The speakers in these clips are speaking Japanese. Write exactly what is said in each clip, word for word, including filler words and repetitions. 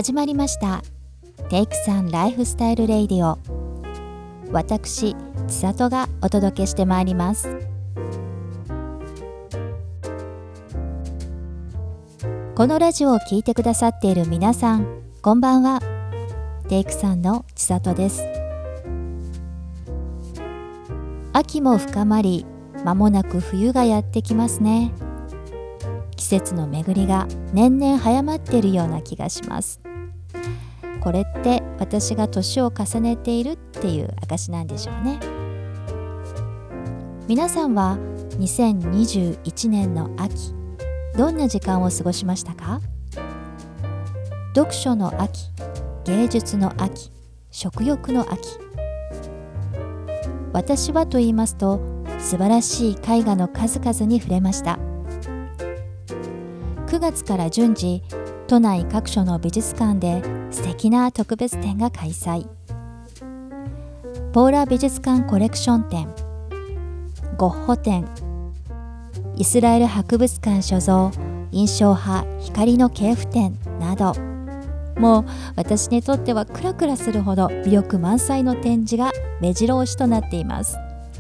始まりましたテイクさんライフスタイルレイディオ。私千里がお届けしてまいります。このラジオを聞いてくださっている皆さん、こんばんは。テイクさんの千里です。秋も深まり、間もなく冬がやってきますね。季節の巡りが年々早まっているような気がします。これって私が年を重ねているっていう証なんでしょうね。皆さんはにせんにじゅういちねんの秋、どんな時間を過ごしましたか？読書の秋、芸術の秋、食欲の秋。私はと言いますと、素晴らしい絵画の数々に触れました。くがつから順次、都内各所の美術館で素敵な特別展が開催。ポーラ美術館コレクション展、ゴッホ展、イスラエル博物館所蔵印象派光の系譜展など、もう私にとってはクラクラするほど魅力満載の展示が目白押しとなっています。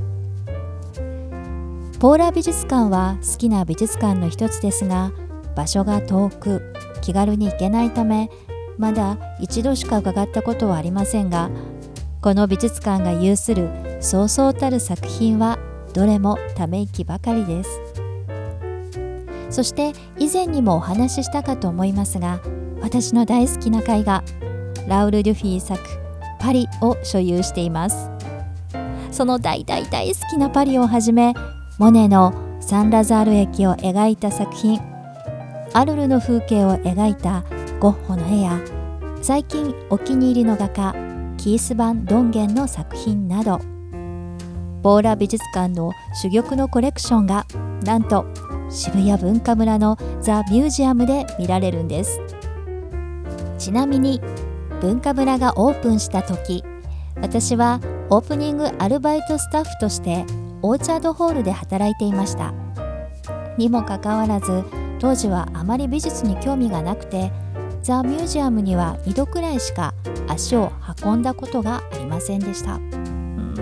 ポーラ美術館は好きな美術館の一つですが、場所が遠く気軽に行けないため、まだ一度しか伺ったことはありませんが、この美術館が有するそうそうたる作品はどれもため息ばかりです。そして以前にもお話ししたかと思いますが、私の大好きな絵画ラウル・デュフィー作パリを所有しています。その大大大好きなパリをはじめ、モネのサンラザール駅を描いた作品、アルルの風景を描いたゴッホの絵や、最近お気に入りの画家キース・バン・ドンゲンの作品など、ポーラ美術館の珠玉のコレクションがなんと渋谷文化村のザ・ミュージアムで見られるんです。ちなみに文化村がオープンした時、私はオープニングアルバイトスタッフとしてオーチャードホールで働いていました。にもかかわらず、当時はあまり美術に興味がなくて、ザ・ミュージアムにはにどくらいしか足を運んだことがありませんでした。うん、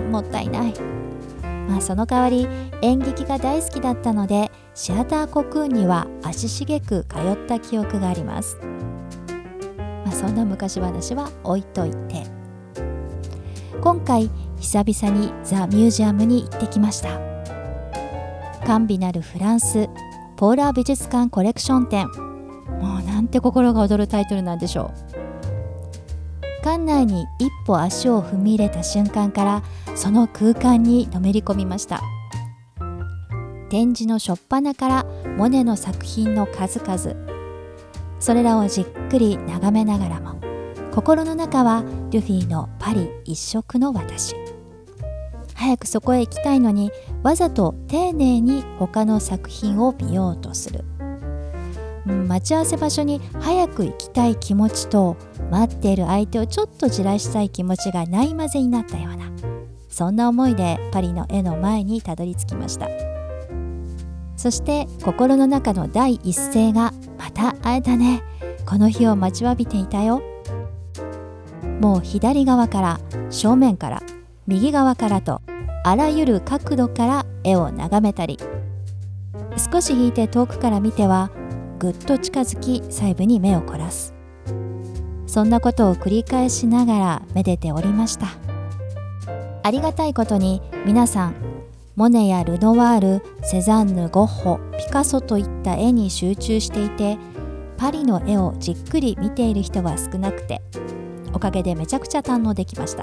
もったいない。まあ、その代わり演劇が大好きだったので、シアターコクーンには足しげく通った記憶があります。まあ、そんな昔話は置いといて、今回久々にザ・ミュージアムに行ってきました。甘美なるフランスポーラ美術館コレクション展、もうなんて心が躍るタイトルなんでしょう。館内に一歩足を踏み入れた瞬間から、その空間にのめり込みました。展示の初っ端からモネの作品の数々、それらをじっくり眺めながらも、心の中はデュフィーのパリ一色の私。早くそこへ行きたいのに、わざと丁寧に他の作品を見ようとする。待ち合わせ場所に早く行きたい気持ちと、待っている相手をちょっとじらしたい気持ちがないまぜになったような、そんな思いでパリの絵の前にたどり着きました。そして心の中の第一声が、また会えたね、この日を待ちわびていたよ。もう左側から正面から右側からと、あらゆる角度から絵を眺めたり、少し引いて遠くから見てはぐっと近づき細部に目を凝らす。そんなことを繰り返しながらめでておりました。ありがたいことに皆さん、モネやルノワール、セザンヌ、ゴッホ、ピカソといった絵に集中していて、パリの絵をじっくり見ている人は少なくて、おかげでめちゃくちゃ堪能できました。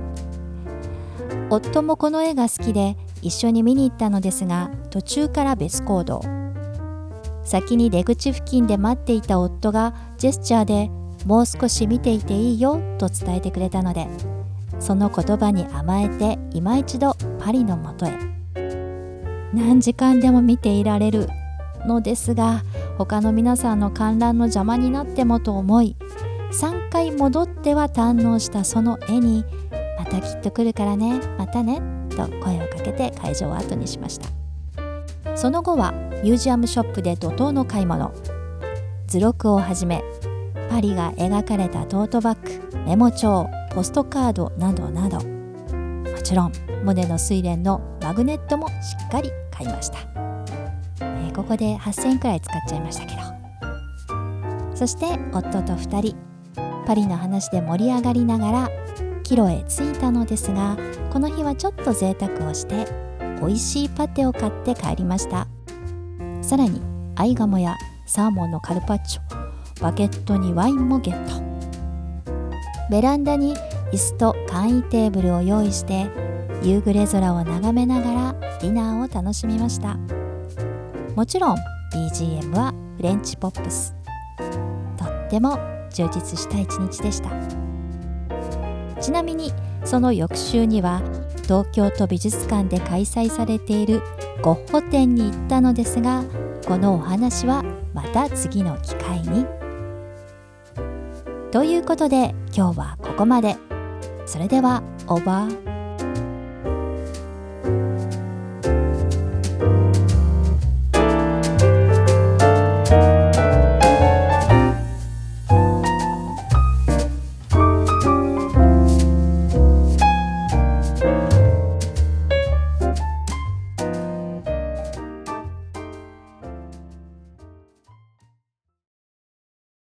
夫もこの絵が好きで一緒に見に行ったのですが、途中から別行動。先に出口付近で待っていた夫がジェスチャーで、もう少し見ていていいよと伝えてくれたので、その言葉に甘えて今一度パリの元へ。何時間でも見ていられるのですが、他の皆さんの観覧の邪魔になってもと思い、さんかい戻っては堪能したその絵に、またきっと来るからね、またねと声をかけて会場を後にしました。その後はミュージアムショップで怒涛の買い物、図録をはじめパパリが描かれたトートバッグ、メモ帳、ポストカードなどなど、もちろんモネの睡蓮のマグネットもしっかり買いました。えー、ここではっせんえんくらい使っちゃいましたけど。そして夫とふたりパリの話で盛り上がりながらキロへ着いたのですが、この日はちょっと贅沢をして美味しいパテを買って帰りました。さらにアイガモやサーモンのカルパッチョ、バケットにワインもゲット。ベランダに椅子と簡易テーブルを用意して夕暮れ空を眺めながらディナーを楽しみました。もちろん ビージーエム はフレンチポップス。とっても充実した一日でした。ちなみにその翌週には東京都美術館で開催されているゴッホ展に行ったのですが、このお話はまた次の機会に。ということで今日はここまで。それではオーバー。